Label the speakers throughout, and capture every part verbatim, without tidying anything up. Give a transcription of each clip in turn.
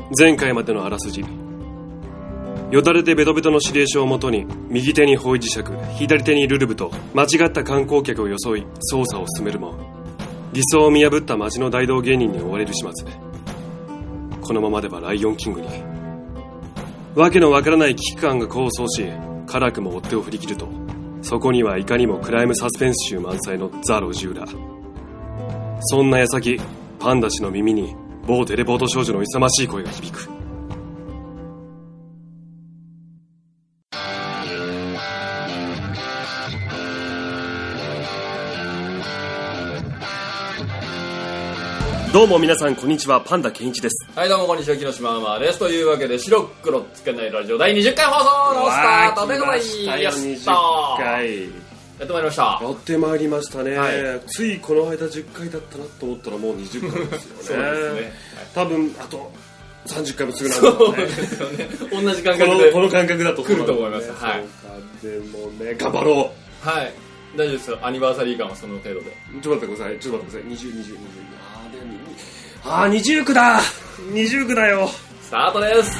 Speaker 1: 前回までのあらすじ。よだれでベトベトの指令書をもとに、右手に方位磁石、左手にルルブと間違った観光客を装い捜査を進めるも、理想を見破った街の大道芸人に追われる始末。このままではライオンキングに。わけのわからない危機感が功を奏し、辛くも追っ手を振り切ると、そこにはいかにもクライムサスペンス集満載のザ・路地裏。そんな矢先、パンダ氏の耳に某テレポート少女の勇ましい声が響く。どうも皆さんこんにちは、パンダケンイチです。
Speaker 2: はい、どうもこんにちは、木下ママです。というわけで白黒つけないラジオだいにじゅっかい放送のスタートでございました。
Speaker 1: よにじゅっかい
Speaker 2: やってまいりました。
Speaker 1: やってまいりましたね、
Speaker 2: はい、
Speaker 1: ついこの間じゅっかいだったなと思ったらもうにじゅっかいですよね。
Speaker 2: そうですね、はい、
Speaker 1: 多分あとさんじゅっかいもすぐなんだろうね。そうですよね、
Speaker 2: 同じ感覚で
Speaker 1: この、この感覚だと
Speaker 2: 来ると思います。はい、
Speaker 1: でもね、頑張ろう。
Speaker 2: はい、大丈夫ですよ。アニバーサリー感はその程度で。
Speaker 1: ちょっと待ってください、ちょっと待ってください。にじゅう、にじゅう、にじゅう、あー、二重苦だ二重苦だよ。
Speaker 2: スタートです。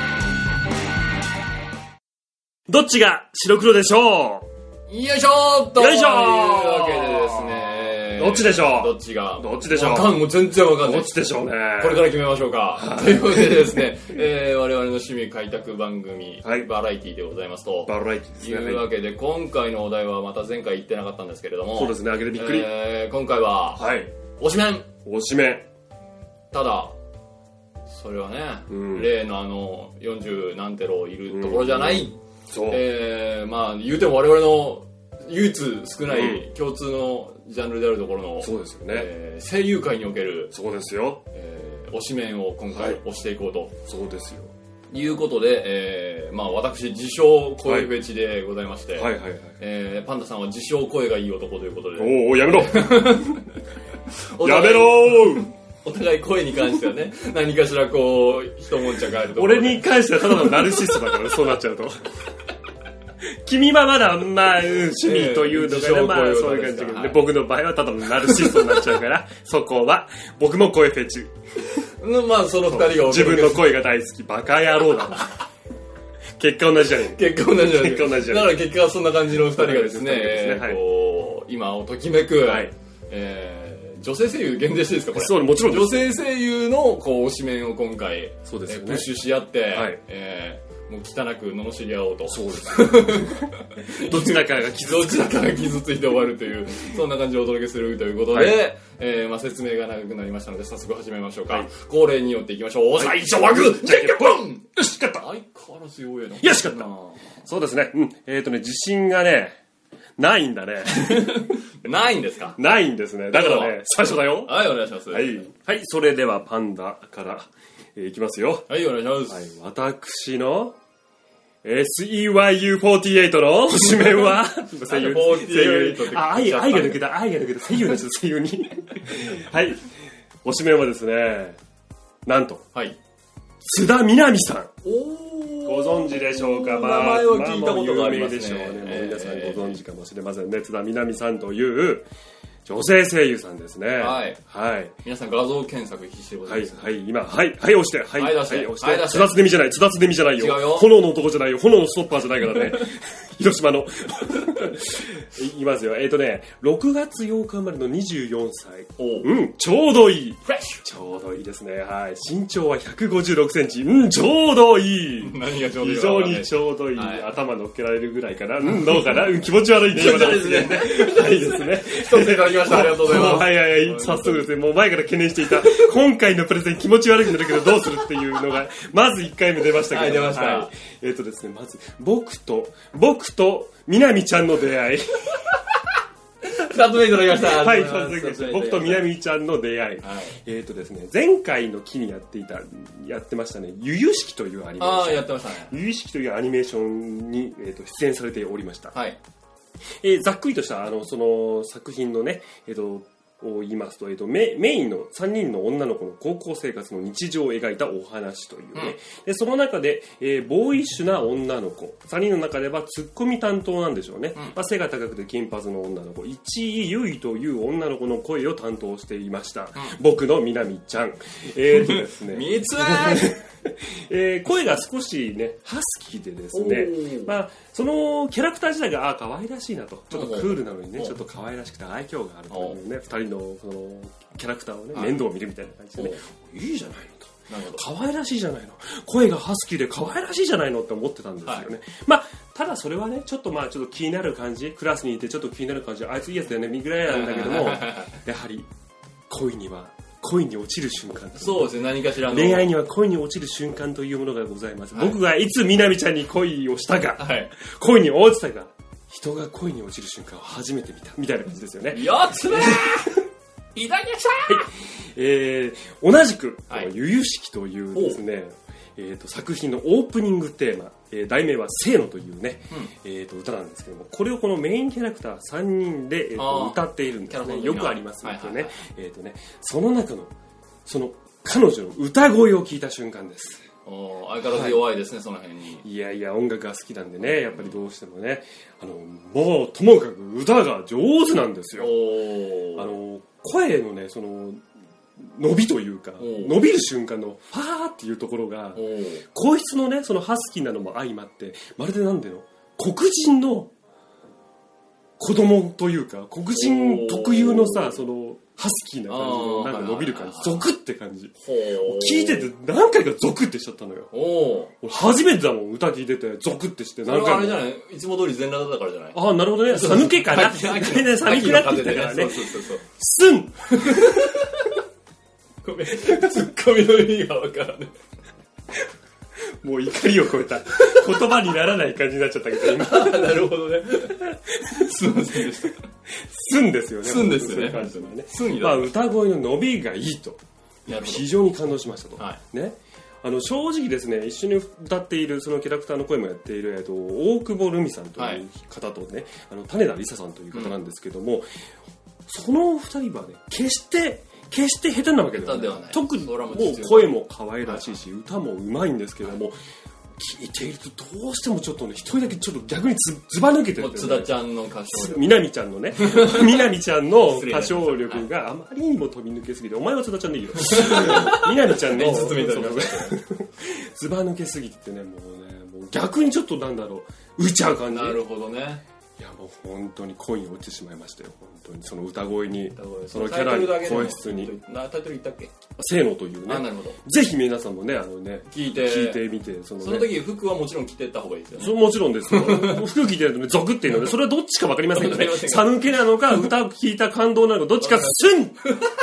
Speaker 1: どっちが白黒でしょ
Speaker 2: う。よいしょーと
Speaker 1: よいしょー
Speaker 2: というわけでですね、
Speaker 1: どっちでしょう。
Speaker 2: どっちが
Speaker 1: どっちでしょう。
Speaker 2: わかんもう全然わかんない。
Speaker 1: どっちでしょうね。
Speaker 2: これから決めましょうか。というわけでですね、えー、我々の趣味開拓番組、はい、バラエティでございますと。
Speaker 1: バラエティですね。
Speaker 2: いうわけで、今回のお題はまた前回言ってなかったんですけれども。
Speaker 1: そうですね、あげてびっくり。
Speaker 2: えー、今回は、
Speaker 1: はい。
Speaker 2: 推しメン。
Speaker 1: 推しメン。
Speaker 2: ただ、それはね、うん、例のあの、よんじゅうなんテロいるところじゃない。うん、
Speaker 1: そう。
Speaker 2: えー、まあ、言うても我々の唯一少ない共通のジャンルであるところの、
Speaker 1: そうですよね。
Speaker 2: えー、声優界における、
Speaker 1: そうですよ。
Speaker 2: えー、推しメンを今回推していこうと。はい、
Speaker 1: そうですよ。
Speaker 2: いうことで、えー、まあ私自称声フェチでございまして、
Speaker 1: はい、はいはいはい、
Speaker 2: えー、パンダさんは自称声がいい男ということで。
Speaker 1: おお、やめろやめろー
Speaker 2: お互い声に関してはね、何かしらこう一悶着あると。
Speaker 1: 俺に関してはただのナルシストだからそうなっちゃうと君はまだまあ趣味というのが、ね、えー、まあそういう感じだけど、はい、で僕の場合はただのナルシストになっちゃうからそこは僕も声フェチ
Speaker 2: まあその二人が
Speaker 1: 自分の声が大好きバカ野郎だ結果同じじゃね
Speaker 2: え結果同じじゃねえ
Speaker 1: 結果同じじゃねえ
Speaker 2: だから結果はそんな感じの二人がですね、えー、こう今をときめく、はい、えー女性声優限定してですかこれ。
Speaker 1: そう、もちろんです。
Speaker 2: 女性声優のこう推しメンを今回
Speaker 1: そうですよね、
Speaker 2: プッシュし合って、はい、えー、もう汚く罵り合おうと。
Speaker 1: そうですどちらかが傷
Speaker 2: どちらかが傷ついて終わるというそんな感じでお届けするということで、はい、えー、まあ説明が長くなりましたので早速始めましょうか。はい、恒例によっていきましょう。はい、最初はグーじゃんけんぽん。
Speaker 1: よし勝った。
Speaker 2: 相変わらず弱いな。
Speaker 1: よし勝った。そうですね。うん。えっ、ー、とね自信がねないんだね
Speaker 2: ないんですか。
Speaker 1: ないんですね。だからね最初だよ。
Speaker 2: はい、お願いします。
Speaker 1: はい、はい、それではパンダから、えー、いきますよ。
Speaker 2: はい、お願いします。
Speaker 1: はい、私の エスイーワイユーフォーティーエイト の推しメンは声優声優あ愛愛が抜けた愛が抜けた声優になっちゃった声優にはい推しメンはですねなんと、はい、津田みなみさん。おご存知でしょうか。
Speaker 2: まあ、名前は聞いたことがありますね。
Speaker 1: でしょうね。えー、皆さんご存知かもしれませんね。津田みなみさんという女性声優さんですね。
Speaker 2: はい。
Speaker 1: はい。
Speaker 2: 皆さん画像検索必死でございます。
Speaker 1: はい、はい、今、はい、はい、押して、はい、
Speaker 2: はい、出して、
Speaker 1: はい、押して。津田つでみじゃない、津田つでみじゃないよ。
Speaker 2: 違うよ。
Speaker 1: 炎の男じゃないよ。炎のストッパーじゃないからね。広島の。いきますよ。えっ、ー、とね、ろくがつようか生まれのにじゅうよんさい。うん、ちょうどいい。
Speaker 2: フレッシュ。
Speaker 1: ちょうどいいですね。はい。身長はひゃくごじゅうろくセンチ。うん、ちょうどいい。
Speaker 2: 何がちょうどいい。
Speaker 1: 非常にちょうどいい。はい、頭乗っけられるぐらいかな。うん、どうかな。うん、気持ち悪いね。
Speaker 2: 気持ち悪いですね。
Speaker 1: はいですね。
Speaker 2: 一ついただきました。ありがとうございます。
Speaker 1: はいはいはい。早速ですね、もう前から懸念していた、今回のプレゼン気持ち悪くなるけどどうするっていうのが、まずいっかいめ出ましたけど。
Speaker 2: はい、出ました。はい、
Speaker 1: えっ、ー、とですね、まず、僕と、僕と、みなみちゃんの出会い。
Speaker 2: 二つ目いただきました。
Speaker 1: はい、二つ目。僕とみなみちゃんの出会い。はい、えっ、ー、とですね、前回の期にやっていた、やってましたね、ゆゆしきというアニメーション。
Speaker 2: ああ、やってましたね。
Speaker 1: ゆゆしきというアニメーションに、えー、と出演されておりました。
Speaker 2: はい。
Speaker 1: えー、ざっくりとしたあのその作品のね、えっ、ー、とを言いますと、えー、と メ, メインのさんにんの女の子の高校生活の日常を描いたお話というね、うん、でその中で、えー、ボーイッシュな女の子さんにんの中ではツッコミ担当なんでしょうね、うん、まあ、背が高くて金髪の女の子一位優位という女の子の声を担当していました、うん、僕のみなみちゃん。えーとですね
Speaker 2: みつ
Speaker 1: えー、声が少しねハスキーでですね、まあ、そのキャラクター自体があ可愛らしいなと、ちょっとクールなのにねちょっと可愛らしくて愛嬌があるというね、ふたりのそのキャラクターをね面倒を見るみたいな感じでね、いいじゃないのと、なるほど可愛らしいじゃないの、声がハスキーで可愛らしいじゃないのって思ってたんですよね、はい、まあただそれはねちょっとまあちょっと気になる感じ、クラスにいてちょっと気になる感じ、あいついいやつだよねぐらいなんだけどもやはり恋には恋に落ちる瞬間、
Speaker 2: そうですね、何かしらの
Speaker 1: 恋愛には恋に落ちる瞬間というものがございます、はい、僕がいつみなみちゃんに恋をしたか、はい、恋に落ちたか、人が恋に落ちる瞬間を初めて見たみたいな感じですよね。
Speaker 2: よっつ目いただきました、はい
Speaker 1: えー、同じく「ゆゆしき」というですね、えー、と作品のオープニングテーマ、えー、題名は「せーの」というね、うんえー、と歌なんですけども、これをこのメインキャラクターさんにんで、えー、と歌っているんですね。よくありますのでね、えーとねその中のその彼女の歌声を聞いた瞬間です。
Speaker 2: お相変わらず弱いですね、はい、その辺に。
Speaker 1: いやいや音楽が好きなんでね、やっぱりどうしてもね、あのもうともかく歌が上手なんですよ。あの声のねその伸びというか、伸びる瞬間のファーっていうところが声質のねそのハスキーなのも相まって、まるでなんでの黒人の子供というか黒人特有のさ、そのハスキーな感じのなんか伸びる感じ、ゾクって感じ、聞いてて何回かゾクってしちゃったのよ。俺初めてだもん、歌聞いててゾクってして。
Speaker 2: 何回もそれはあれじゃない、いつも通り全裸だからじゃない。
Speaker 1: ああなるほどね、寒気かな、寒気なってきたからね。すん
Speaker 2: ごめん、ツッコミの意味がわからない。
Speaker 1: もう怒りを超えた言葉にならない感じになっちゃったけど今
Speaker 2: なるほどね、すいませんでした。
Speaker 1: すんですよね、
Speaker 2: すんですよね、
Speaker 1: すん、まあ、歌声の伸びがいいと非常に感動しましたと、はい、ね、あの正直ですね、一緒に歌っているそのキャラクターの声もやっている、えっと、大久保留美さんという方とね、はい、あの種田理沙さんという方なんですけども、うん、そのふたりはね決して決して下手なわけではない。特にもう声も可愛らしいし、はい、歌もうまいんですけども、聞いているとどうしてもちょっとね一人だけちょっと逆にずずば抜けてる、ね、
Speaker 2: 津田ちゃんの歌唱力、
Speaker 1: みなみちゃんのねみなみちゃんの歌唱力があまりにも飛び抜けすぎて、お前は津田ちゃんでいいよみなみちゃんのずば抜けすぎてね、もうねもう逆にちょっとなんだろう浮いちゃう感じ。
Speaker 2: なるほどね。
Speaker 1: いやもう本当に恋に落ちてしまいましたよ。本当にその歌声に、そのキャラに、声質に。
Speaker 2: タイトル言ったっけ？
Speaker 1: せーのというね。
Speaker 2: あ、なるほど。
Speaker 1: ぜひ皆さんもね、あのね、
Speaker 2: 聞いて
Speaker 1: 聞いてみて、そのね。
Speaker 2: その時服はもちろん着てった方がいいですよね。
Speaker 1: そもちろんですよ。服着てるとね、ゾクっていうので、それはどっちかわかりませんけどね。寒気なのか、歌を聞いた感動なのか、どっちかすん。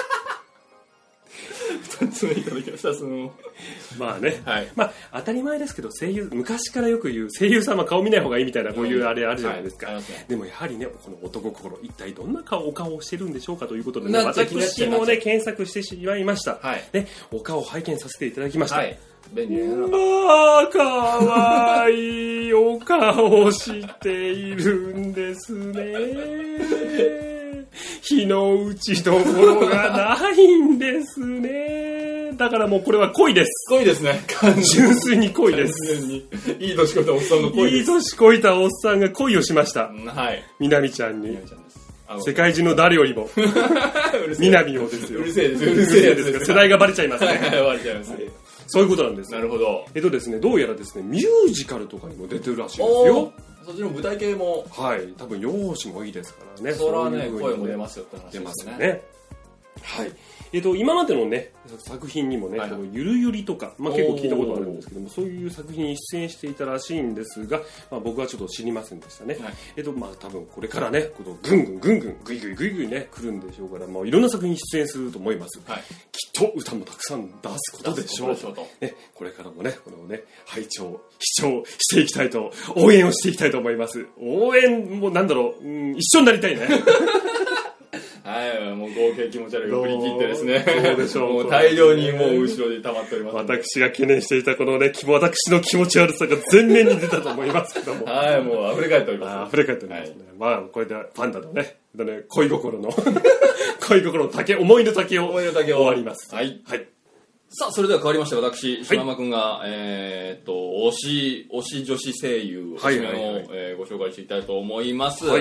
Speaker 2: ふたつめいただきました。その
Speaker 1: まあね、はい、まあ当たり前ですけど、声優昔からよく言う声優さんは顔見ない方がいいみたいなこういうあれあるじゃないですか、はいはい、でもやはりねこの男心一体どんな顔お顔をしてるんでしょうかということでね、私もね検索してしまいました、はい、ね、お顔を拝見させていただきました、はい、
Speaker 2: 便利なの
Speaker 1: まあかわいいお顔をしているんですね日の打ちどころがないんですね。だからもうこれは恋です。
Speaker 2: 恋ですね。
Speaker 1: 純粋に恋です。
Speaker 2: にいい年こいたおっさんの恋です。
Speaker 1: いい年こいたおっさんが恋をしました。
Speaker 2: はい。
Speaker 1: みなみちゃんに。みなみちゃんです。世界中の誰よりも。みなみをですよ。
Speaker 2: うるせえです。うるせえです。
Speaker 1: 世代がバレちゃいますね。
Speaker 2: バレちゃいますね。
Speaker 1: そういうことなんです。
Speaker 2: なるほど。
Speaker 1: えっとですね、どうやらですね、ミュージカルとかにも出てるらしいですよ。
Speaker 2: そっちの舞台系も、
Speaker 1: はい、多分容姿もいいですからね。
Speaker 2: それはね、声も出ますよって話ですね。
Speaker 1: 出ますよね。はい。えっと今までのね作品にもね、はいはい、このゆるゆりとか、まあ、結構聞いたことあるんですけども、そういう作品に出演していたらしいんですが、まあ、僕はちょっと知りませんでしたね。はい、えっとまあ多分これからねこのぐんぐんぐんぐんぐいぐいぐいぐいね来るんでしょうから、まあいろんな作品に出演すると思います。はい、きっと歌もたくさん出すことでしょう。とね、これからもねこのね拝聴視聴していきたいと応援をしていきたいと思います。応援もなんだろう、うん、一緒になりたいね。
Speaker 2: はい、もう合計気持ち悪い振り切ってですね。
Speaker 1: そうでしょう。
Speaker 2: もう大量にもう後ろで溜まっております。
Speaker 1: 私が懸念していたこのね、私の気持ち悪さが全面に出たと思いますけども。
Speaker 2: はい、もう溢れ返っております。
Speaker 1: 溢れ返っておりますね。はい、まあこれでパンダのね、ね恋心の恋心の竹、思いの竹を
Speaker 2: 思いの竹を
Speaker 1: 終わります。
Speaker 2: はい。はい。さあそれでは変わりまして私島山君が、はい、えー、っと推し推し女子声優おすすめを、はいはいはい、えー、ご紹介していきたいと思います。はい、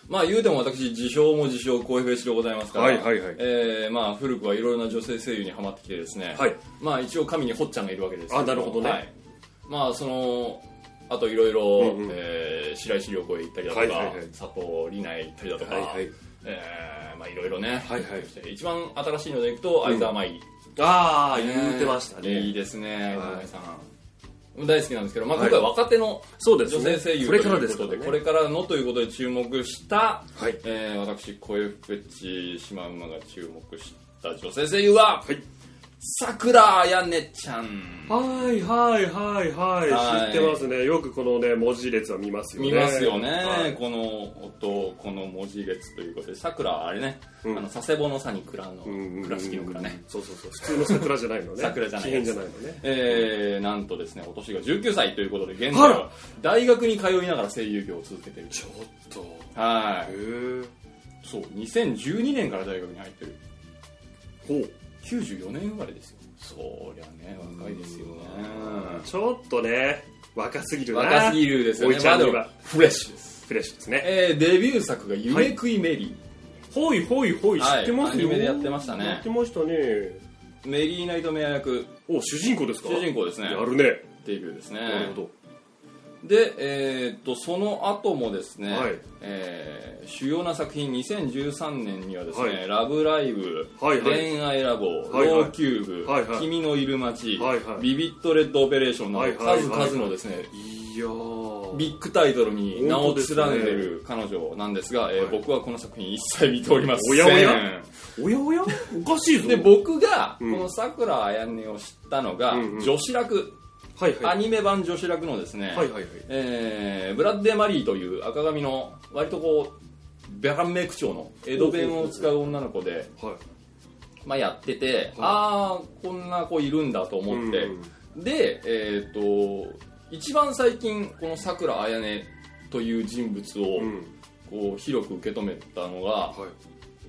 Speaker 2: まあ言うても私自称も自称声フェチでございますから、
Speaker 1: はいはいはい、
Speaker 2: えー、まあ古くはいろいろな女性声優にハマってきてですね、はい、まあ一応神にホッちゃんがいるわけですけど、
Speaker 1: あ、なるほどね、はい、
Speaker 2: まあそのあといろいろ白石涼子へ行ったりだとか、はいはいはい、佐藤里奈へ行ったりだとか、はいはい、えー、まあいろいろね、はいはい、一番新しいのでいくと相沢舞、
Speaker 1: うん、ああ、言ってましたね。
Speaker 2: いいですね、相沢舞さん大好きなんですけど、まあ、今回若手の女性声優ということで、これからのということで注目した、はい、えー、私声フェチシマウマが注目した女性声優は、はい、桜彩音ちゃん。
Speaker 1: はいはいはいはい、はい、知ってますね。よくこのね文字列は見ますよね。
Speaker 2: 見ますよね、はい、この音、この文字列ということで、桜あれね、うん、あの佐世保の佐に蔵の倉敷の蔵ね、
Speaker 1: そうそうそう、普通の桜じゃないのね
Speaker 2: 桜じゃない
Speaker 1: です、じゃないのね、
Speaker 2: えー、なんとですね、お年がじゅうきゅうさいということで、現在は大学に通いながら声優業を続けている。
Speaker 1: ちょっと、
Speaker 2: はい、へー、そう、にせんじゅうにねんから大学に入ってる。ほう、きゅうじゅうよねん生まれですよ。そりゃね、若いですよね。
Speaker 1: ちょっとね、若すぎるな。
Speaker 2: 若すぎるですよね。
Speaker 1: おいちゃんには
Speaker 2: フレッシュです。
Speaker 1: フレッシュですね。
Speaker 2: えー、デビュー作が夢食いメリ
Speaker 1: ー。はい、ほいほいほい、知ってますよ。
Speaker 2: アニメでやってましたね。
Speaker 1: やってましたね。
Speaker 2: メリーナイトメア役。
Speaker 1: お、主人公ですか。
Speaker 2: 主人公ですね。
Speaker 1: やるね。
Speaker 2: デビューですね。
Speaker 1: なるほど。
Speaker 2: で、えー、っとその後もですね、はい、えー、主要な作品、にせんじゅうさんねんにはですね、はい、ラブライブ、はいはい、恋愛ラボ、はいはい、ローキューブ、はいはい、君のいる街、はいはい、ビビットレッドオペレーションなど、はいはい、数々のですね、
Speaker 1: いや
Speaker 2: ビッグタイトルに名を連ねている彼女なんですが、えーはい、僕はこの作品一切見ておりません。
Speaker 1: おやおやおやおやおかしいぞ。
Speaker 2: で、僕がこの桜彩音を知ったのが、うんうん、女子楽、はいはい、アニメ版女子楽のですね、はいはいはい、えー、ブラッデーマリーという赤髪の割とこうベランメイク調の江戸弁を使う女の子で、はい、まあ、やってて、はい、ああこんな子いるんだと思って、うん、で、えー、と一番最近この桜彩音という人物をこう広く受け止めたのが、はい、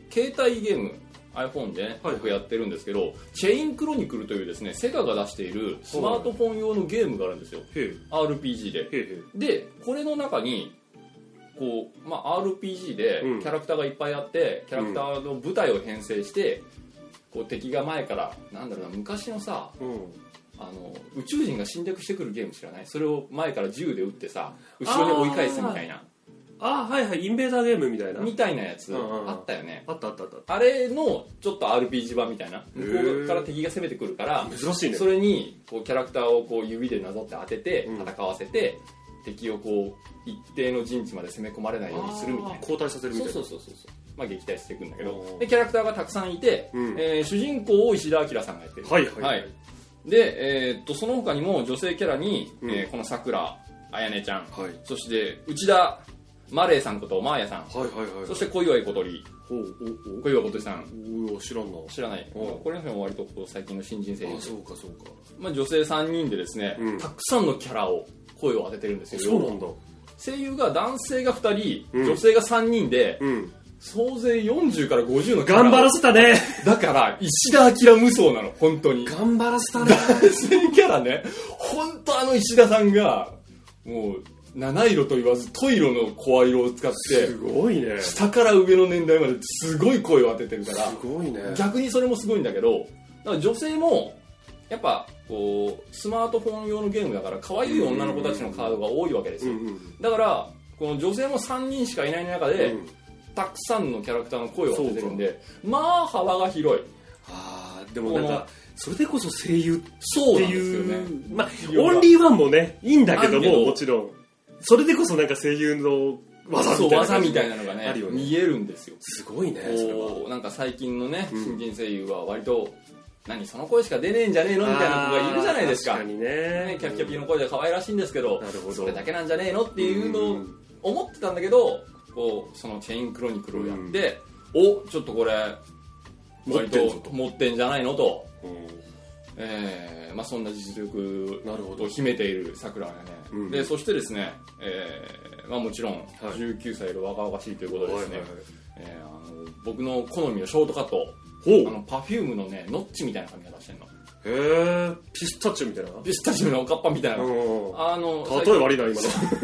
Speaker 2: 携帯ゲームiPhone で、ね、僕やってるんですけど、はい、チェインクロニクルというですね、セガが出しているスマートフォン用のゲームがあるんですよ、アールピージー で。へへで、これの中にこう、まあ、アールピージー でキャラクターがいっぱいあって、うん、キャラクターの舞台を編成して、こう敵が前からなんだろうな、昔のさ、うん、あの宇宙人が侵略してくるゲーム知らない？それを前から銃で撃ってさ、後ろに追い返すみたいな。
Speaker 1: ああ、はいはい、インベーダーゲームみたいな
Speaker 2: みたいなやつあったよね。
Speaker 1: あったあったあった。
Speaker 2: あれのちょっと アールピージー 版みたいな、向こうから敵が攻めてくるから
Speaker 1: 珍しいね。
Speaker 2: それにこうキャラクターをこう指でなぞって当てて戦わせて、うん、敵をこう一定の陣地まで攻め込まれないようにするみたいな、
Speaker 1: 交代させるみたいな。
Speaker 2: そうそうそうそう、まあ、撃退していくんだけど、でキャラクターがたくさんいて、うん、えー、主人公を石田明さんがやってる。
Speaker 1: はいはい、はい、
Speaker 2: で、えー、っとその他にも女性キャラに、うん、えー、この桜彩音ちゃん、はい、そして内田マレーさんことマーヤさん、はいはいはいはい、そして小岩井小鳥、小岩小鳥さん、
Speaker 1: お知らんな
Speaker 2: 知らない、これの人も割とこう最近の新人声優、
Speaker 1: あ、そうかそうか、
Speaker 2: まあ、女性さんにんでですね、うん、たくさんのキャラを声を当ててるんですよ。
Speaker 1: そうなんだ。
Speaker 2: 声優が男性がふたり、うん、女性がさんにんで、うん、総勢よんじゅうからごじゅうのキャラ。
Speaker 1: 頑張らせたね。
Speaker 2: だから石田明無双なの、本当に。
Speaker 1: 頑張らせたね。
Speaker 2: 男性キャラね、本当あの石田さんがもう七色と言わずトイロの声色を使って、
Speaker 1: すごいね、
Speaker 2: 下から上の年代まですごい声を当ててるから、
Speaker 1: すごいね。
Speaker 2: 逆にそれもすごいんだけど、だから女性もやっぱこうスマートフォン用のゲームだから可愛い女の子たちのカードが多いわけですよ、うんうんうん、だからこの女性もさんにんしかいない中で、うん、たくさんのキャラクターの声を当ててるんで、まあ幅が広い。
Speaker 1: あー、でもなんかそれでこそ声優っていう、
Speaker 2: そうなんですよね。
Speaker 1: まあオンリーワンもねいいんだけども、もちろんそれでこそなんか声優の技みたいな、
Speaker 2: 技みたいなのがね、ね、見えるんですよ。
Speaker 1: すごいね。それは
Speaker 2: なんか最近のね、新人声優は割と、うん、何その声しか出ねえんじゃねえのみたいな子がいるじゃないですか。
Speaker 1: 確かに ね, ね
Speaker 2: キャピキャピの声で可愛らしいんですけど、なるほど、それだけなんじゃねえのっていうのを思ってたんだけど、こうそのチェインクロニクルをやって、うん、おちょっとこれ割と持ってんじゃないのと、うん、えーまあ、そんな実力を秘めている桜がね、うん、でそしてですね、えーまあ、もちろんじゅうきゅうさいで若々しいということでですね、えー、あの僕の好みのショートカット、あのパフュームのねノッチみたいな髪型してるの。
Speaker 1: へえ、ピスタチオみたいな、
Speaker 2: ピスタチオのおかっぱみたいな、
Speaker 1: あの例え悪いな今の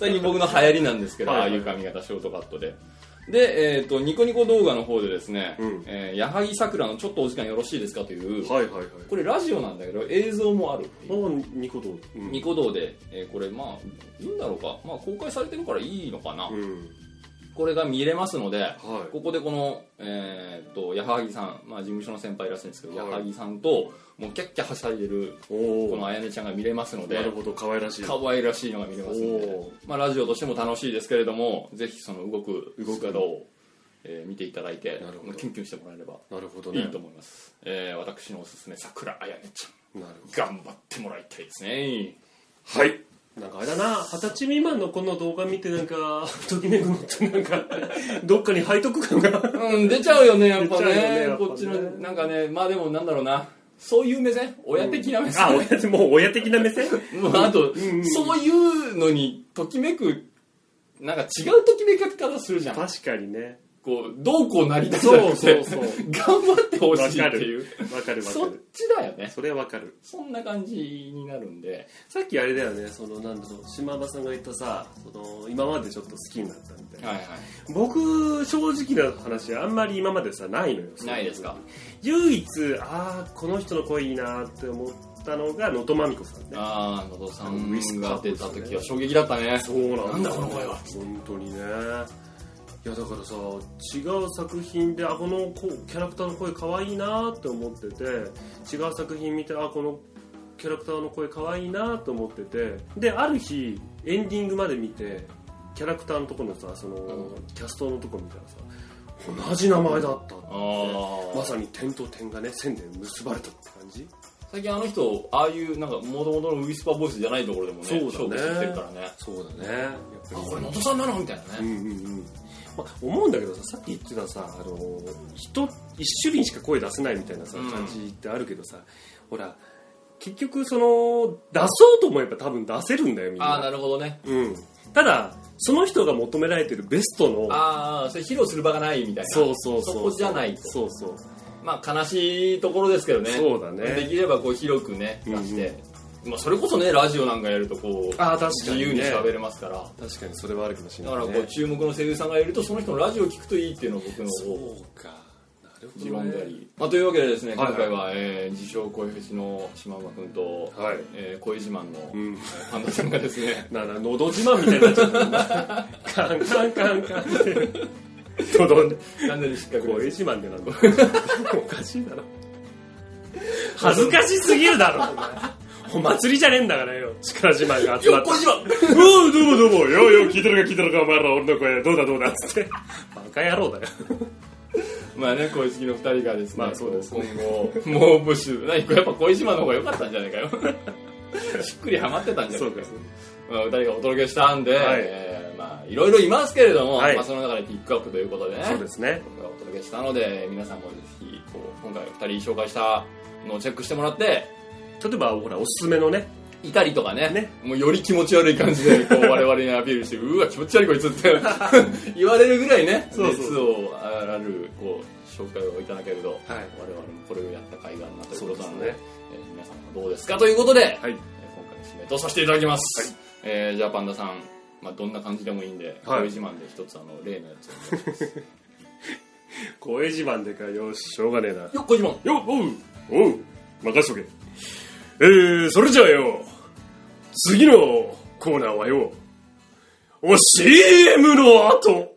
Speaker 2: 最近僕の流行りなんですけど、はいはい、ああいう髪型ショートカットで。で、えーと、ニコニコ動画の方でですね、うん、えー、矢作さくらのちょっとお時間よろしいですかという、はいはいはい、これラジオなんだけど映像もあるっていう。
Speaker 1: ニコ動、
Speaker 2: うん、ニコ動で、えー、これまあいいんだろうか、まあ、公開されてるからいいのかな、うん、これが見れますので、はい、ここでこの、えー、と矢作さん、まあ、事務所の先輩いらっしゃるんですけど、はい、矢作さんともうキャッキャはしゃいでるこのあやねちゃんが見れますので、
Speaker 1: なるほど、可愛らしい
Speaker 2: 可愛らしいのが見れますので、まあ、ラジオとしても楽しいですけれども、ぜひその動く姿をえー、見ていただいてキュンキュンしてもらえればいいと思います、ねえー、私のおすすめ桜あやねちゃん、なるほど、頑張ってもらいたいですね。
Speaker 1: はい、なんかあれだな、二十歳未満のこの動画見てなんかときめくのってなんかどっかに背徳感が
Speaker 2: うん出ちゃうよねやっぱ ね, ねこっちのなんかね、まあでもなんだろうな、そういう目線、親的な目線、
Speaker 1: うん、あ親もう親的な目線
Speaker 2: もうあと、うんうん、そういうのにときめくなんか違うときめき方するじゃん。
Speaker 1: 確かにね、
Speaker 2: こうどうこうなりたいじゃなくて、そうそうそう頑張ってほしいっていう、
Speaker 1: わかるわかる、
Speaker 2: そっちだよね。
Speaker 1: それはわかる。
Speaker 2: そんな感じになるんで、
Speaker 1: さっきあれだよね、そのなんだろう、島場さんが言ったさ、その今までちょっと好きになったみたいな、はいはい、僕正直な話あんまり今までさないのよ。
Speaker 2: ないですか。
Speaker 1: 唯一ああこの人の声いいなって思ったのが能登まみこさんね。
Speaker 2: ああ、能登さんが出た時は衝撃だったね。
Speaker 1: そうなんだ、
Speaker 2: なんだこの声は、
Speaker 1: 本当にね。いやだからさ、違う作品であこのキャラクターの声可愛いなって思ってて、違う作品見てあこのキャラクターの声可愛いなと思ってて、である日エンディングまで見てキャラクターのところのさ、その、うん、キャストのところ見たらさ同じ名前だったって、あまさに点と点がね線で結ばれたって感じ。
Speaker 2: 最近あの人ああいうなんか元々のウィスパーボイスじゃないところでもね、
Speaker 1: そうだね、
Speaker 2: 勝負してきてるからね。
Speaker 1: そうだね、やっぱり
Speaker 2: あこれ能登さんなのみたいなね、
Speaker 1: うんうんうん、まあ、思うんだけどさ、さっき言ってたさ、あの人一種類しか声出せないみたいなさ、うん、感じってあるけどさ、ほら結局その出そうと思えば多分出せるんだよみんな。
Speaker 2: ああなるほどね、
Speaker 1: うん、ただその人が求められてるベストの
Speaker 2: ああそれ披露する場がないみたいな、
Speaker 1: そうそうそう、
Speaker 2: そこじゃないと、
Speaker 1: そうそう、
Speaker 2: まあ悲しいところですけどね。
Speaker 1: そうだね、
Speaker 2: できればこう広くね出して、うんうん、まあ、それこそねラジオなんかやるとこう
Speaker 1: あ確かに、ね、
Speaker 2: 自由に喋れますから。
Speaker 1: 確かにそれはあるかもしれない、ね、
Speaker 2: だからこう注目の声優さんがいるとその人のラジオを聞くといいっていうのを僕の
Speaker 1: そうか、なるほど、ね、
Speaker 2: 自論であり、まあ、というわけでですね、はいはい、今回は、えー、自称声フェチの島馬君と、はい、えー、声自慢の、うん、パンダさんがですね
Speaker 1: なな喉自慢みたいになっちゃったカンカンカンカンって
Speaker 2: 完全に失格。
Speaker 1: 声自慢でなんだおかしいだろ、恥ずかしすぎるだろお祭りじゃねえんだからよ、力自慢が集まって、よっこい自慢おうどうもどうもようよう聞いてるか聞いてるかお前ら俺の声どうだどうだっつってバカ野郎だよ
Speaker 2: まあね、声好きのふたりがですね、
Speaker 1: まあそうですね、
Speaker 2: 今後猛プッシュ何やっぱ声自慢の方が良かったんじゃないかよしっくりハマってたんじゃないかよ、まあ、ふたりがお届けしたんで、はい、えー、まあいろいろいますけれども、はい、まあ、その中でピックアップということでね、
Speaker 1: そうですね、
Speaker 2: 僕がお届けしたので皆さんもぜひこう今回ふたり紹介したのをチェックしてもらって、
Speaker 1: 例えばほらおすすめのね
Speaker 2: いたりとか ね, ねもうより気持ち悪い感じでこう我々にアピールしてうわ気持ち悪いこいつって言われるぐらいね、そうそう熱をあらるこう紹介をいただけると、はい、我々もこれをやった甲斐があるなということなの で, で、ねえー、皆さんはどうですかということで、はい、えー、今回の締めとさせていただきます、はい、えー、じゃあパンダさん、まあ、どんな感じでもいいんで、はい、声自慢で一つあの例のやつをお願いします
Speaker 1: 声自慢でか、よししょうがねえな、
Speaker 2: よっ声自慢
Speaker 1: よっおうおう任しとけ。えー、それじゃあよ次のコーナーはよお シーエム の後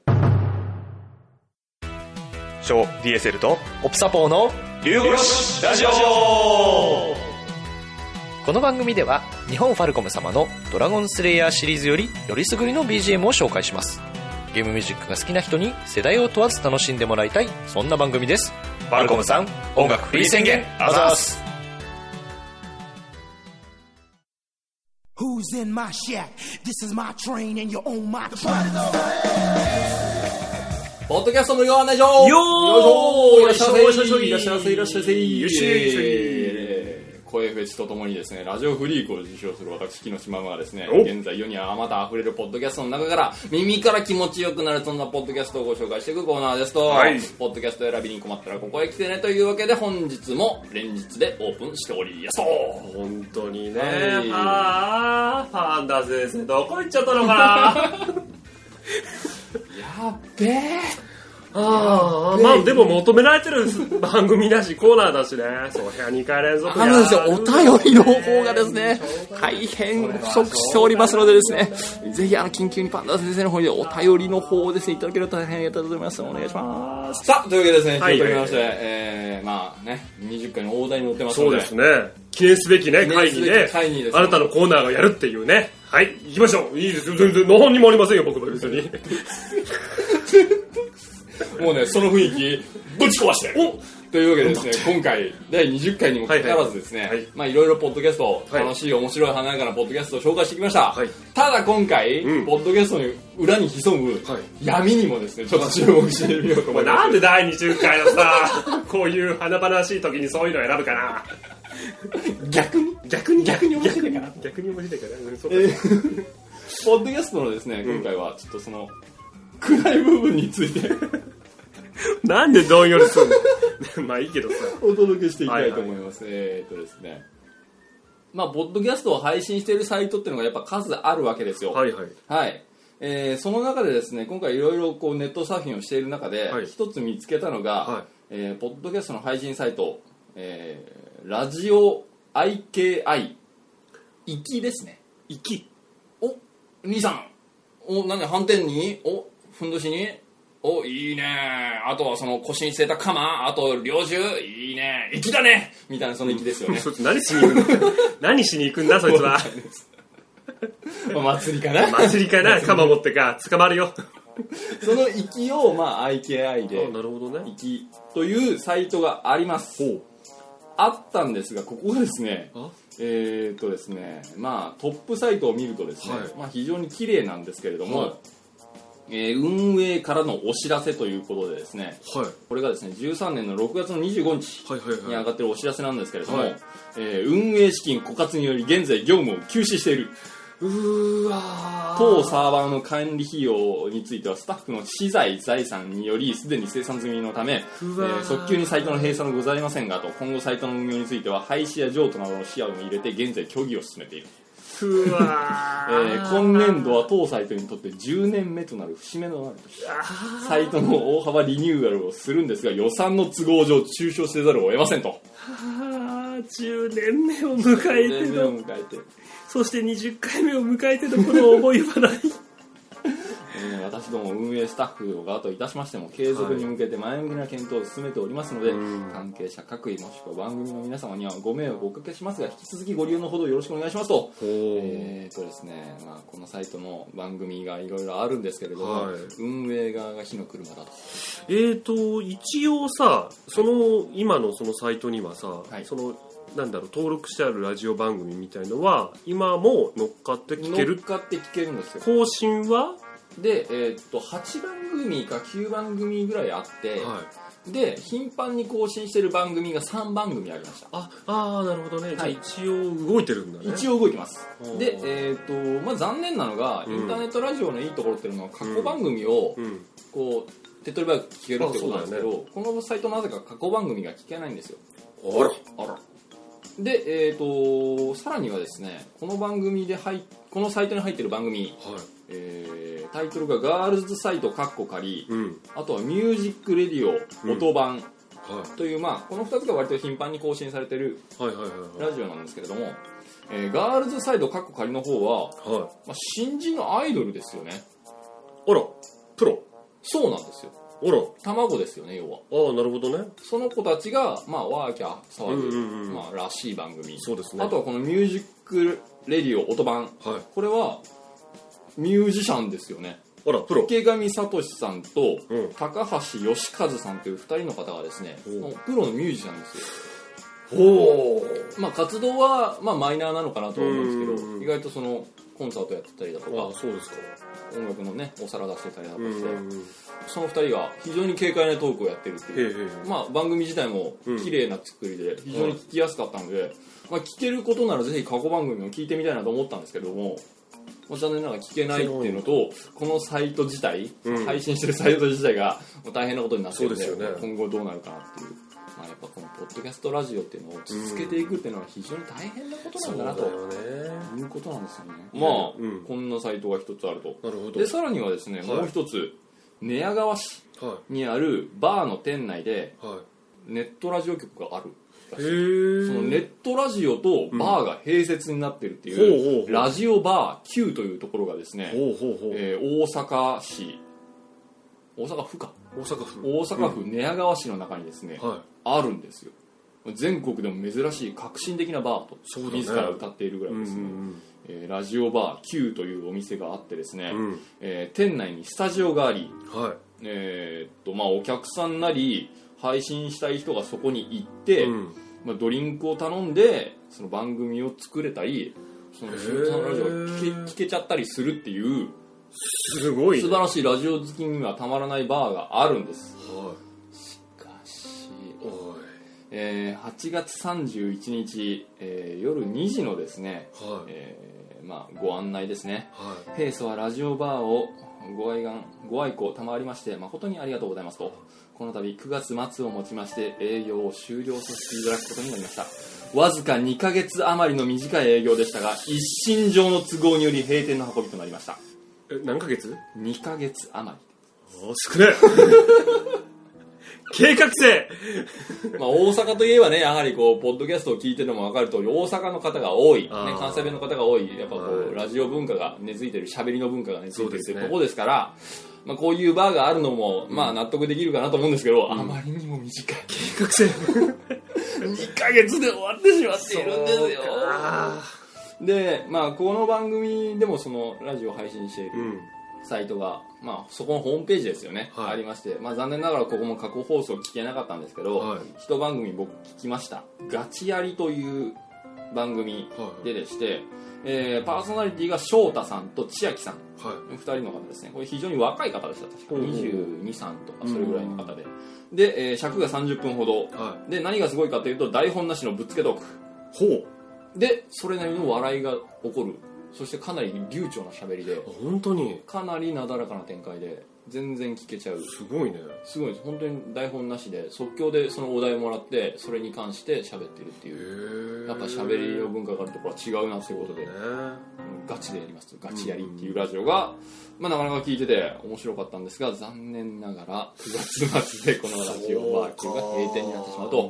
Speaker 3: 小 ディーエスエル とオプサポーの龍越ラジオ。この番組では日本ファルコム様のドラゴンスレイヤーシリーズよりよりすぐりの ビージーエム を紹介します。ゲームミュージックが好きな人に世代を問わず楽しんでもらいたい、そんな番組です。ファルコムさん音楽フリー宣言あざーす。
Speaker 2: Who's in my shack? This is my train and you're on my track. ポッドキャスト無料案内状。
Speaker 1: よーいらっしゃいませ
Speaker 2: いらっしゃいませいらっしゃいませ。よしよしよし。声声フェチとともにですね、ラジオフリークを受賞する私木下ママがですね、現在世にはあまた溢れるポッドキャストの中から耳から気持ちよくなるそんなポッドキャストをご紹介していくコーナーですと、はい、ポッドキャスト選びに困ったらここへ来てねというわけで、本日も連日でオープンしておりやすと。
Speaker 1: 本当にね、はい、あーファンダ先生どこ行っちゃったのかな
Speaker 2: やっべえ。
Speaker 1: ああ、まあでも求められてる番組だしコーナーだしね。そうやにかい連続
Speaker 2: あのですよ、お便りの方がですね大変不足しておりますのでですね、ぜひあの緊急にパンダ先生の方にお便りの方をですねいただけると大変ありがとうございます。お願いします。さあというわけでですね、はいはいはい、まして、えー、まあねにじゅっかいの大台に乗ってますので、
Speaker 1: そうですね、記念すべきね会にね、あなたのコーナーがやるっていうね。はい行きましょう。いいですよ、全然何にもありませんよ僕も別に
Speaker 2: もうね、その雰囲気ぶち壊しておというわけでですね、今回だいにじゅっかいにもかかわらずですね、はいはい、まあいろいろポッドキャスト、楽しい面白い華やかなポッドキャストを紹介してきました、はい、ただ今回、うん、ポッドキャストの裏に潜む闇にもですねちょっと注目してみようと思います。
Speaker 1: なんでだいにじゅっかいのさこういう華々しい時にそういうのを選ぶかな
Speaker 2: 逆に
Speaker 1: 逆に
Speaker 2: 逆に面白いかな
Speaker 1: 逆に面白いかな、うん、そう
Speaker 2: えー、ポッドキャストのですね、今回はちょっとその暗い部分について
Speaker 1: なんでどんよりするのまあいいけどさ、
Speaker 2: お届けしていきたいと思います、はいはい、えーっとですねまあポッドキャストを配信しているサイトっていうのがやっぱ数あるわけですよ。
Speaker 1: はいはい、
Speaker 2: はい、えー、その中でですね今回いろいろこうネットサーフィンをしている中で一、はい、つ見つけたのが、はい、えー、ポッドキャストの配信サイト、えー、ラジオ アイケーアイ 行きですね。
Speaker 1: 行き
Speaker 2: お兄さんおなんで反転におふんどしにおいいね、あとはその腰に据えた鎌、あと猟銃いいね、粋だねみたいなその粋ですよね
Speaker 1: そいつ何しに行くんだ何しに行くんだそいつは
Speaker 2: お祭りかな
Speaker 1: 祭りかな鎌持ってか捕まるよ
Speaker 2: その粋をまあ アイケーアイ で
Speaker 1: なるほどね
Speaker 2: 粋というサイトがあります。ほうあったんですが、ここがですねえー、っとですねまあトップサイトを見るとですね、はい、まあ、非常に綺麗なんですけれども、はい、えー、運営からのお知らせということでですね、はい、これがですねじゅうさんねんのろくがつのにじゅうごにちに上がっているお知らせなんですけれども、はい、えー、運営資金枯渇により現在業務を休止している。
Speaker 1: うーわ
Speaker 2: 当サーバーの管理費用についてはスタッフの資材財産によりすでに生産済みのため、えー、早急にサイトの閉鎖のございませんがと、今後サイトの運用については廃止や譲渡などの視野を入れて現在協議を進めている。
Speaker 1: うわ
Speaker 2: えー、今年度は当サイトにとってじゅうねんめとなる節目のある年、サイトの大幅リニューアルをするんですが予算の都合上中止せざるを得ませんと。は
Speaker 1: あじゅうねんめを迎えての
Speaker 2: 迎えて
Speaker 1: そしてにじゅっかいめを迎えてのこの思いはない
Speaker 2: えー、私ども運営スタッフ側といたしましても継続に向けて前向きな検討を進めておりますので、はい、関係者各位もしくは番組の皆様にはご迷惑をおかけしますが引き続きご利用のほどよろしくお願いしますと。えーとですねまあ、このサイトの番組がいろいろあるんですけれども、はい、運営側が火の車だと。
Speaker 1: えーと一応さその今のそのサイトにはさ、はい、そのなんだろう登録してあるラジオ番組みたいのは今も乗っかって聞ける。
Speaker 2: 乗っかって聞けるんですよ。
Speaker 1: 更新は
Speaker 2: で、えー、っとはちばん組かきゅうばん組ぐらいあって、はい、で頻繁に更新してる番組がさんばん組ありました。
Speaker 1: ああなるほどね、はい、じゃあ一応動いてるんだね。
Speaker 2: 一応動いてます。で、えーっとまあ、残念なのが、うん、インターネットラジオのいいところっていうのは過去番組を、うん、こう手っ取り早く聞けるってことなんですけど、ね、このサイトなぜか過去番組が聞けないんですよ。
Speaker 1: あら
Speaker 2: あらで、えー、とさらにはですねこの番組で入このサイトに入っている番組、はい、えー、タイトルがガールズサイトカッコ仮、うん、あとはミュージックレディオ音版、うん、はい、という、まあ、このふたつが割と頻繁に更新されているラジオなんですけれども、えー、ガールズサイトカッコ仮の方は、はい、まあ、新人のアイドルですよね。
Speaker 1: あらプロ。
Speaker 2: そうなんですよ。
Speaker 1: あら
Speaker 2: 卵ですよね要は。
Speaker 1: ああなるほどね。
Speaker 2: その子たちがまあワーキャー騒ぐ、うんうんうん、まあ、らしい番組。
Speaker 1: そうですね。
Speaker 2: あとはこのミュージックレディオ音版、はい、これはミュージシャンですよね。
Speaker 1: あらプロ。
Speaker 2: 池上聡さんと、うん、高橋義和さんというふたりの方がですね、プロのミュージシャンですよ。
Speaker 1: ほ
Speaker 2: う、まあ、活動は、まあ、マイナーなのかなと思うんですけど、意外とそのコンサートやってたりだとか。
Speaker 1: あそうですか。
Speaker 2: 音楽のねお皿出してたりだとして、うんうん、そのふたりが非常に軽快なトークをやってるっていう、まあ、番組自体も綺麗な作りで非常に聞きやすかったので、うんまあ、聞けることならぜひ過去番組も聞いてみたいなと思ったんですけども、まあ、残念ながら聞けないっていうのとこのサイト自体、うん、配信してるサイト自体が大変なことになってるの で, で、ね、今後どうなるかなっていう、まあ、やっぱこのポッドキャストラジオっていうのを続けていくっていうのは非常に大変なことなんだなと、うん、いうことなんですよね。まあ、うん、こんなサイトが一つあると。なるほど。でさらにはですね、はい、もう一つ寝屋川市にあるバーの店内でネットラジオ局がある。そのネットラジオとバーが併設になっているっていう、うん、ラジオバー Q というところがですね、ほうほうほう、えー、大阪市大阪府か
Speaker 1: 大阪府
Speaker 2: 大阪府寝屋川市の中にですね、うんはい、あるんですよ。全国でも珍しい革新的なバーと自ら歌っているぐらいですね、うんうんうんえー、ラジオバー Q というお店があってですね、うんえー、店内にスタジオがあり、はいえーっとまあ、お客さんなり配信したい人がそこに行って、うんまあ、ドリンクを頼んでその番組を作れたりそのラジオを聞け、聞けちゃったりするっていう
Speaker 1: すごい、ね、
Speaker 2: 素晴らしいラジオ好きにはたまらないバーがあるんです、はい、しかしおい、えー、はちがつさんじゅういちにち、えー、夜にじのですね、はいえーまあ、ご案内ですね、はい、平素はラジオバーをご愛願ご愛顧賜りまして誠にありがとうございますと、この度くがつ末をもちまして営業を終了させていただくことになりました。わずかにかげつ余りの短い営業でしたが一身上の都合により閉店の運びとなりました。
Speaker 1: え何ヶ月 ?
Speaker 2: に ヶ月余
Speaker 1: り。お少ね計画性
Speaker 2: まあ大阪といえばねやはりこうポッドキャストを聞いてるのも分かる通り大阪の方が多い、ね、関西弁の方が多いやっぱこう、はい、ラジオ文化が根付いてる喋りの文化が根付いてるっていうところですから、まあ、こういうバーがあるのも、まあ、納得できるかなと思うんですけど、うん、あまりにも短い
Speaker 1: 計画性
Speaker 2: にかげつで終わってしまっているんですよ。で、まあ、この番組でもそのラジオを配信しているサイトが、うんまあ、そこのホームページですよね、はい、ありまして、まあ、残念ながらここも過去放送聞けなかったんですけど、はい、一番組僕聞きましたガチやりという番組ででして、はいえー、パーソナリティが翔太さんと千秋さん、はい、ふたりの方ですね。これ非常に若い方でした。確かにじゅうに、さんとかそれぐらいの方で、で、えー、尺がさんじゅっぷんほど、はい、で何がすごいかというと台本なしのぶっつけトークほうでそれなりの笑いが起こる。そしてかなり流暢な喋りで
Speaker 1: 本当に
Speaker 2: かなりなだらかな展開で全然聞けちゃう。
Speaker 1: すごいね。
Speaker 2: すごいです。本当に台本なしで即興でそのお題をもらってそれに関して喋ってるっていうやっぱ喋りの文化があるところは違うなということで、ガチでやりますガチやりっていうラジオが、まあ、なかなか聞いてて面白かったんですが残念ながらくがつ末でこのラジオバーキューが閉店になってしまうと。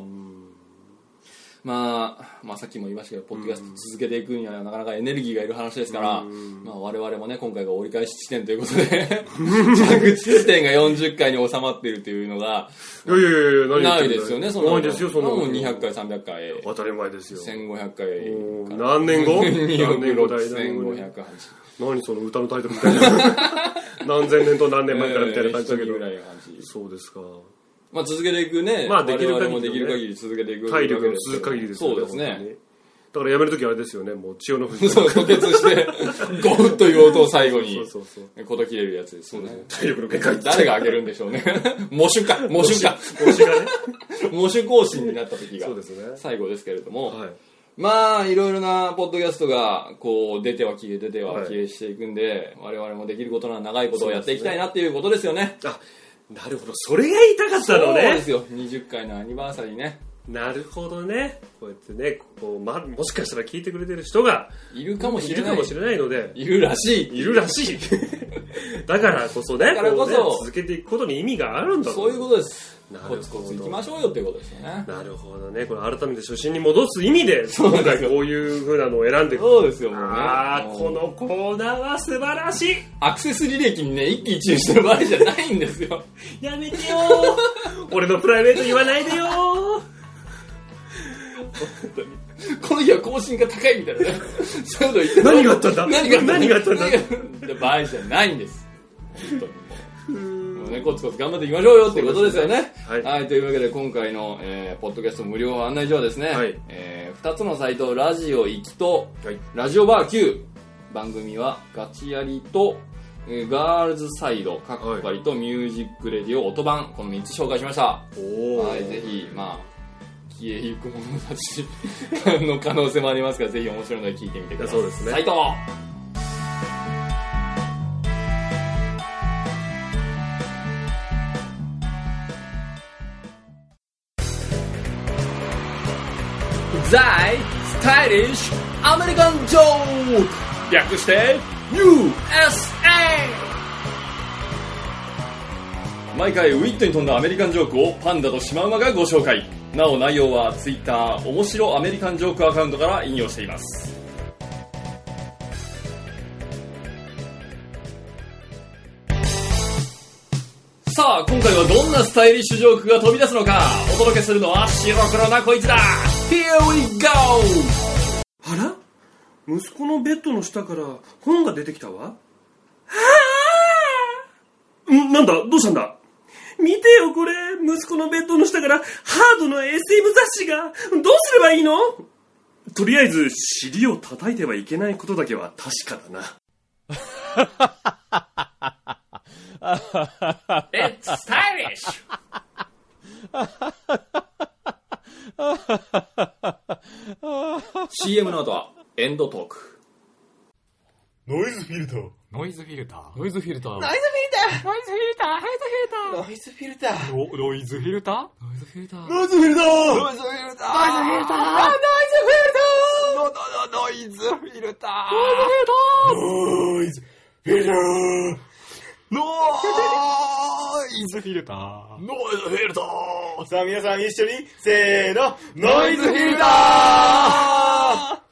Speaker 2: まあ、まあさっきも言いましたけどポッドキャスト続けていくにはなかなかエネルギーがいる話ですから、まあ、我々もね今回が折り返し地点ということで着地地点がよんじゅっかいに収まっているというのが
Speaker 1: いやいやいやいや
Speaker 2: ないですよね。その
Speaker 1: ないですよその
Speaker 2: もうにひゃっかいさんびゃっかい
Speaker 1: 当たり前ですよ。
Speaker 2: せんごひゃっかい
Speaker 1: 何年後何年後だい
Speaker 2: せんごひゃくはち
Speaker 1: 何その歌のタイトルみたいな何千年と何年前からみたいな感じだけど、えー、そうですか。
Speaker 2: まあ、続けていくね、まあ、できる限り、ね、我々もできる限り続けていく
Speaker 1: 体力の続く限りですよね。
Speaker 2: そうですね。
Speaker 1: だからやめるときあれですよね、もう千代の富士
Speaker 2: そう吐血してゴフッという音を最後にそうそうそう事切れるやつですよね。
Speaker 1: 体力の限界
Speaker 2: 誰が上げるんでしょうね喪主か喪主か
Speaker 1: 喪主がね
Speaker 2: 喪主行進になった時が最後ですけれども、はい、まあいろいろなポッドキャストがこう出ては消え出ては消えしていくんで、はい、我々もできることなら長いことをやっていきたいなっていうことですよね。
Speaker 1: あなるほど、それが言いたかったのね。
Speaker 2: そうですよ、にじゅっかいのアニバーサリーね。
Speaker 1: なるほどね。こうやってねこう、ま、もしかしたら聞いてくれてる人が
Speaker 2: いるかもしれない
Speaker 1: いるかもしれないので
Speaker 2: いるらしい
Speaker 1: いるらしいだからこそね
Speaker 2: だからこそ、ね、
Speaker 1: 続けていくことに意味があるんだろ
Speaker 2: う。そういうことです。コツコツいきましょうよっていうことですよね。
Speaker 1: なるほどね。これ改めて初心に戻す意味で今回こういう風なのを選んで
Speaker 2: そうですよもうね。
Speaker 1: ああこのコーナーは素晴らしい。
Speaker 2: アクセス履歴にね一喜一憂してる場合じゃないんですよ
Speaker 1: やめてよ俺のプライベート言わないでよ本
Speaker 2: 当にこの日は更新が高いみたいなねそういうの言って
Speaker 1: 何があったんだ
Speaker 2: 何があったんだ
Speaker 1: 何があったんだ
Speaker 2: 場合じゃないんです本当にもうねコツコツ頑張っていきましょうよっていうことですよね。はい、はい、というわけで今回の、えー、ポッドキャスト無料案内所はですね、はいえー、ふたつのサイトラジオ行きと、はい、ラジオバー Q 番組はガチやりと、 ガールズサイドカッパリとミュージックレディオ音版、このみっつ紹介しました。お、はい、ぜひまあ消えゆく者たちの可能性もありますが、ぜひ面白いので聞いてみてください。
Speaker 1: そうですね。
Speaker 2: サイトザイスタイリッシュアメリカンジョーク、略して ユーエスエー。 毎回ウィットに富んだアメリカンジョークをパンダとシマウマがご紹介。なお内容はツイッター面白アメリカンジョークアカウントから引用しています。さあ今回はどんなスタイリッシュジョークが飛び出すのか、お届けするのは白黒なこいつだ。 Here we go。
Speaker 1: あら、息子のベッドの下から本が出てきたわ。はあ、ん、なんだ、どうしたんだ。見てよこれ、息子のベッドの下からハードの エスエム 雑誌が。どうすればいいの。とりあえず尻を叩いてはいけないことだけは確かだな。
Speaker 2: It's stylish! シーエム の後はエンドトーク。
Speaker 4: ノイズフィルター。
Speaker 5: ノイズフィルター。
Speaker 6: ノイズフィルター。
Speaker 5: ノイズフィルター。ノイズフィルター。ノイズフィルター。
Speaker 6: ノイズフィルター。
Speaker 5: ノイズフィルター。
Speaker 6: ノイズフィルター。
Speaker 4: ノイズフィルター。
Speaker 5: ノイズフィルター。ノイズフィルター。
Speaker 6: ノ
Speaker 5: イズフィルター。
Speaker 4: ノイズフィルター。
Speaker 5: ノイズフィルター。
Speaker 4: ノイズフィルター。さあ皆さん一緒にせーの、
Speaker 5: ノイズフィルター。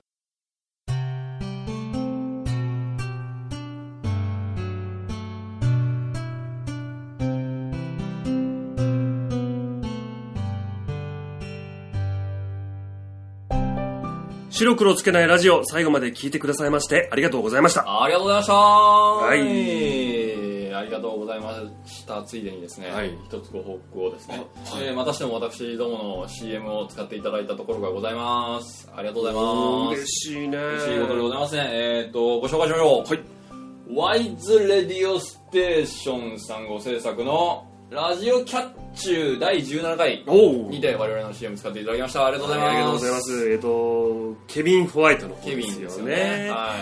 Speaker 1: 白黒つけないラジオ、最後まで聞いてくださいましてありがとうございました。
Speaker 2: ありがとうございました。はい、ありがとうございましたついでにですね、はい、一つご報告をですね、はい、えー、またしても私どもの シーエム を使っていただいたところがございます。ありがとうございます。
Speaker 1: 嬉しいね。
Speaker 2: 嬉しいことでございますね。えー、っとご紹介しましょう。はい、ワイズレディオステーションさんご制作のラジオキャッチューだいじゅうななかいにて我々の シーエム 使っていただきました。ありがとうございます。
Speaker 1: ありがとうございます。えっとケビン・ホワイトの方ですよね。ケビンですよね。はい。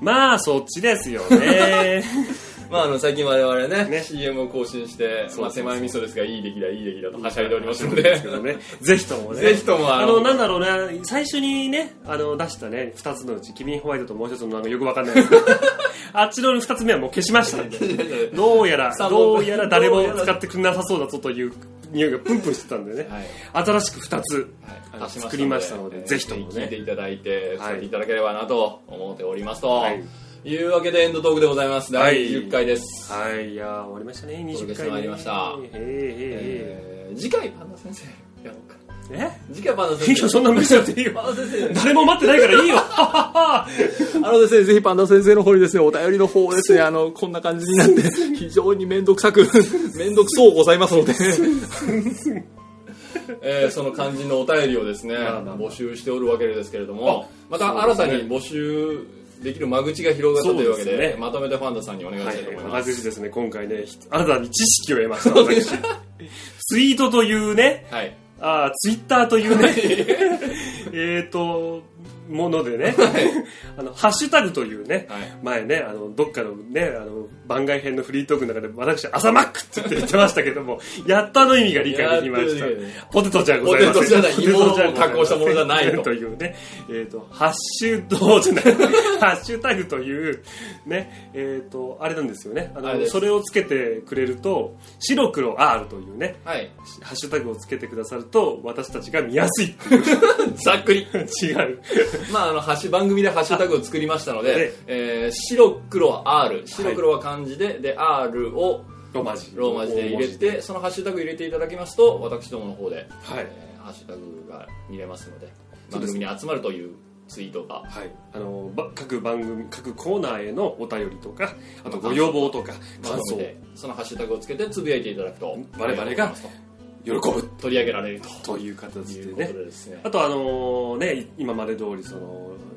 Speaker 1: まあそっちですよね。
Speaker 2: まあ、あの最近我々 ね, ね シーエム を更新して、まあ、手前味噌ですがいい出来だいい出来だとはしゃいでおりますので、
Speaker 1: ね、ぜひともね
Speaker 2: ぜひとも
Speaker 1: あのなんだろうね、最初にねあの出したねふたつのうちケビン・ホワイトともう一つのなんかよくわかんないですあっちのふたつめはもう消しましたんでどうやらどうやら誰も使ってくれなさそうだぞという匂いがプンプンしてたんでね、はい、新しくふたつ、はい、作りましたので、えー、ぜひともね
Speaker 2: 聞いていただいて使っていただければなと思っておりますと、はい、いうわけでエンドトークでございます。だいじゅっかいです。
Speaker 1: はい、はい、いや終わりましたね。にじゅっかい
Speaker 2: 終わりました。へーへーへー、えー、次回パンダ先生やろうか。
Speaker 1: え
Speaker 2: 次回パンダ先生。
Speaker 1: いいよ、そんな無理しなくていいよ。パンダ先生誰も待ってないからいいよ。
Speaker 2: あのですね、ぜひパンダ先生の方にですね、お便りの方ですね、あのこんな感じになって非常に面倒くさく面倒くそうございますので。えー、その肝心のお便りをですね、募集しておるわけですけれども、また新たに募集できる間口が広がったというわけ で, で、ね、まとめてファンダさんにお願いしたいと思います。
Speaker 1: はい、私ですね、今回ね、新たに知識を得ました。私ツイートというね、はい、あツイッターというね、えっとものでね、はい、あのハッシュタグというね、はい、前ねあのどっかのねあの番外編のフリートークの中で私朝マックって言ってましたけどもやっとあの意味が理解できました。ポテトじゃございません。
Speaker 2: ポテトじゃない、芋を加工したものじゃないと
Speaker 1: というね、えっ、ー、とハッシュドじゃないハッシュタグというねえっ、ー、とあれなんですよね。あのあそれをつけてくれると白黒 アール というね、はい、ハッシュタグをつけてくださると私たちが見やすい。
Speaker 2: ざっくり
Speaker 1: 違う。
Speaker 2: まあ、あのハッシュ番組でハッシュタグを作りましたので、えー、白黒 アール 白黒は漢字で、はい、で アール を
Speaker 1: ローマ字
Speaker 2: ローマ字で入れてそのハッシュタグ入れていただきますと私どもの方で、はいえー、ハッシュタグが見れますので番組に集まるというツイートが、はい、
Speaker 1: あの各番組各コーナーへのお便りとかあとご要望とか感想で
Speaker 2: そのハッシュタグをつけてつぶやいていただくと
Speaker 1: 我々が喜ぶ
Speaker 2: 取り上げられると
Speaker 1: という形でね。でねあとあのー、ね今まで通りその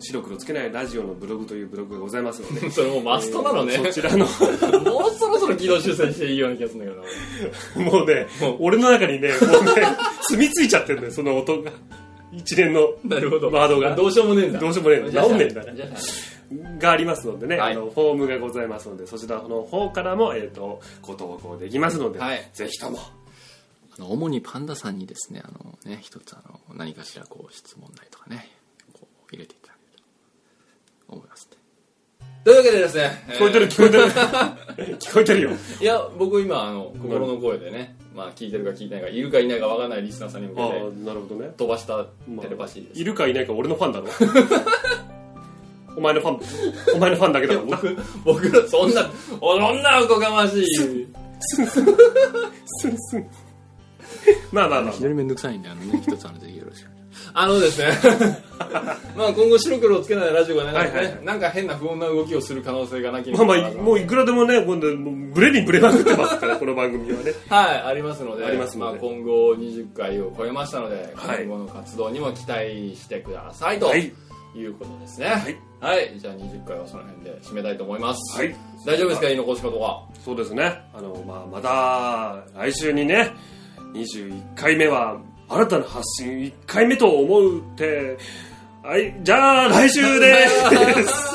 Speaker 1: 白黒つけないラジオのブログというブログがございますので
Speaker 2: それもうマストなのね、
Speaker 1: えー、そちらの
Speaker 2: もうそろそろ軌道修正していいような気がするんだ
Speaker 1: けどもうねもう俺の中にねもうね住み着いちゃってるんだよその音が一連のワードが
Speaker 2: どうしようもねえんだ
Speaker 1: どうしようもねえんだ治んねえんだねがありますのでね、はい、あのフォームがございますのでそちらの方からも、えー、とご投稿できますので、はい、ぜひとも
Speaker 2: あの主にパンダさんにですね、あのね一つあの何かしらこう質問題とかねこう入れていただけると思いますね。というわけでですね、
Speaker 1: 聞こえてる聞こえてる聞こえてるよ。
Speaker 2: いや僕今あの心の声でね、まあ聞いてるか聞いてないかいるかいないか分からないリスナーさんに向けて
Speaker 1: なるほど、ね、
Speaker 2: 飛ばしたテレパシーです、
Speaker 1: まあ、いるかいないか俺のファンだろお前のファンお前のファンだけだもんな
Speaker 2: 僕僕のそんなそんなおこがましい
Speaker 1: スンスンスンスンまあまあまあ
Speaker 2: 左めんどくさいんであのね一つあのぜひよろしくあのですねまあ今後白黒をつけないラジオがなんかね、はいはいはい、なんか変な不穏な動きをする可能性がなきに
Speaker 1: まあまあもういくらでもね今度ブレにブレまくってますからこの番組はね
Speaker 2: はいありますので
Speaker 1: ありますので、
Speaker 2: まあ、今後にじゅっかいを超えましたので、はい、今後の活動にも期待してくださいと、はいいうことですね。はい、はい、じゃあにじゅっかいはその辺で締めたいと思います。はい、大丈夫ですか、言い残し事は。
Speaker 1: そうですね。あのまあまた来週にね、にじゅういっかいめは新たな発信いっかいめと思うって、はい、じゃあ来週です。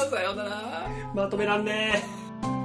Speaker 2: さようなら。
Speaker 1: まとめらんねー。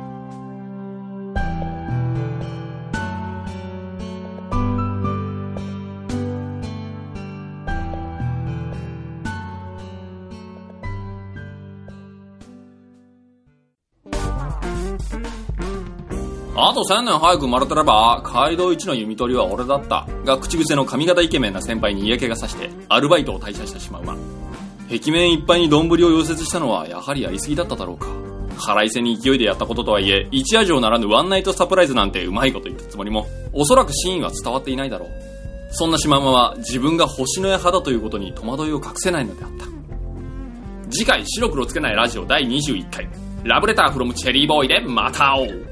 Speaker 2: あとせんねん早く生まれてれば街道一の弓取りは俺だったが口癖の髪型イケメンな先輩に嫌気がさしてアルバイトを退社してしまうま壁面いっぱいに丼を溶接したのはやはりやりすぎだっただろうか。腹いせに勢いでやったこととはいえ一夜城ならぬワンナイトサプライズなんてうまいこと言ったつもりもおそらく真意は伝わっていないだろう。そんなシマウマは自分が星のや派だということに戸惑いを隠せないのであった。次回白黒つけないラジオだいにじゅういっかいラブレターフロムチェリーボーイでまた会おう。